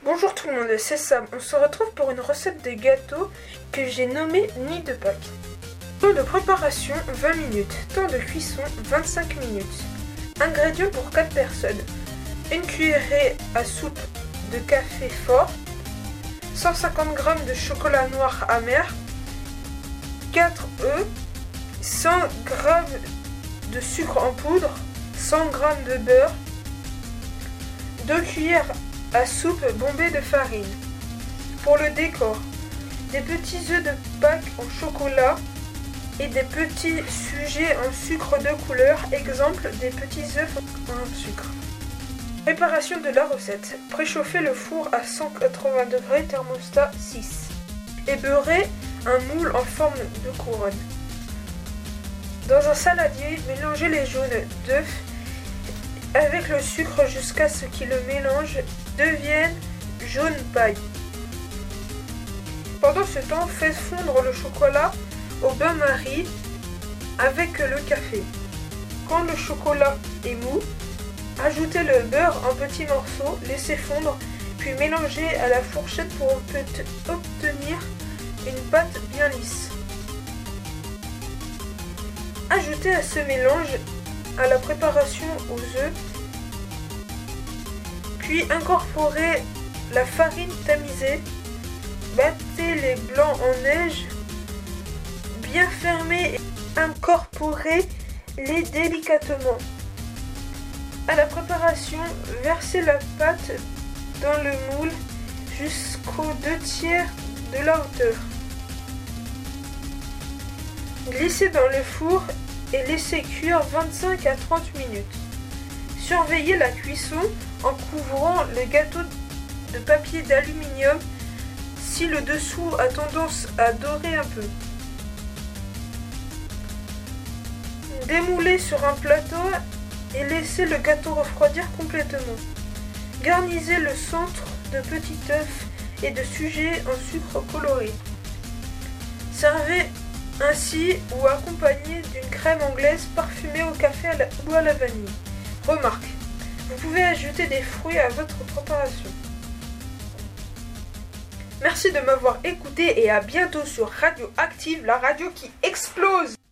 Bonjour tout le monde, c'est Sam. On se retrouve pour une recette de gâteau que j'ai nommée Nuit de Pâques. Temps de préparation 20 minutes, temps de cuisson 25 minutes. Ingrédients pour 4 personnes. Une cuillerée à soupe de café fort, 150 g de chocolat noir amer, 4 œufs, 100 g de sucre en poudre, 100 g de beurre, 2 cuillères à soupe bombée de farine. Pour le décor, des petits œufs de Pâques en chocolat et des petits sujets en sucre de couleur, exemple des petits œufs en sucre. Préparation de la recette. Préchauffez le four à 180 degrés, thermostat 6. Et beurrez un moule en forme de couronne. Dans un saladier, mélangez les jaunes d'œufs avec le sucre jusqu'à ce que le mélange devienne jaune paille. Pendant ce temps, faites fondre le chocolat au bain-marie avec le café. Quand le chocolat est mou, ajoutez le beurre en petits morceaux, laissez fondre, puis mélangez à la fourchette pour obtenir une pâte bien lisse. Ajoutez à ce mélange à la préparation aux œufs, puis incorporez la farine tamisée, battez les blancs en neige, bien fermez et incorporez-les délicatement. À la préparation, versez la pâte dans le moule jusqu'aux 2/3 de la hauteur. Glissez dans le four et laissez cuire 25 à 30 minutes. Surveillez la cuisson en couvrant le gâteau de papier d'aluminium si le dessous a tendance à dorer un peu. Démoulez sur un plateau et laissez le gâteau refroidir complètement. Garnissez le centre de petits œufs et de sujets en sucre coloré. Servez ainsi ou accompagné d'une crème anglaise parfumée au café ou à la vanille. Remarque, vous pouvez ajouter des fruits à votre préparation. Merci de m'avoir écouté et à bientôt sur Radio Active, la radio qui explose!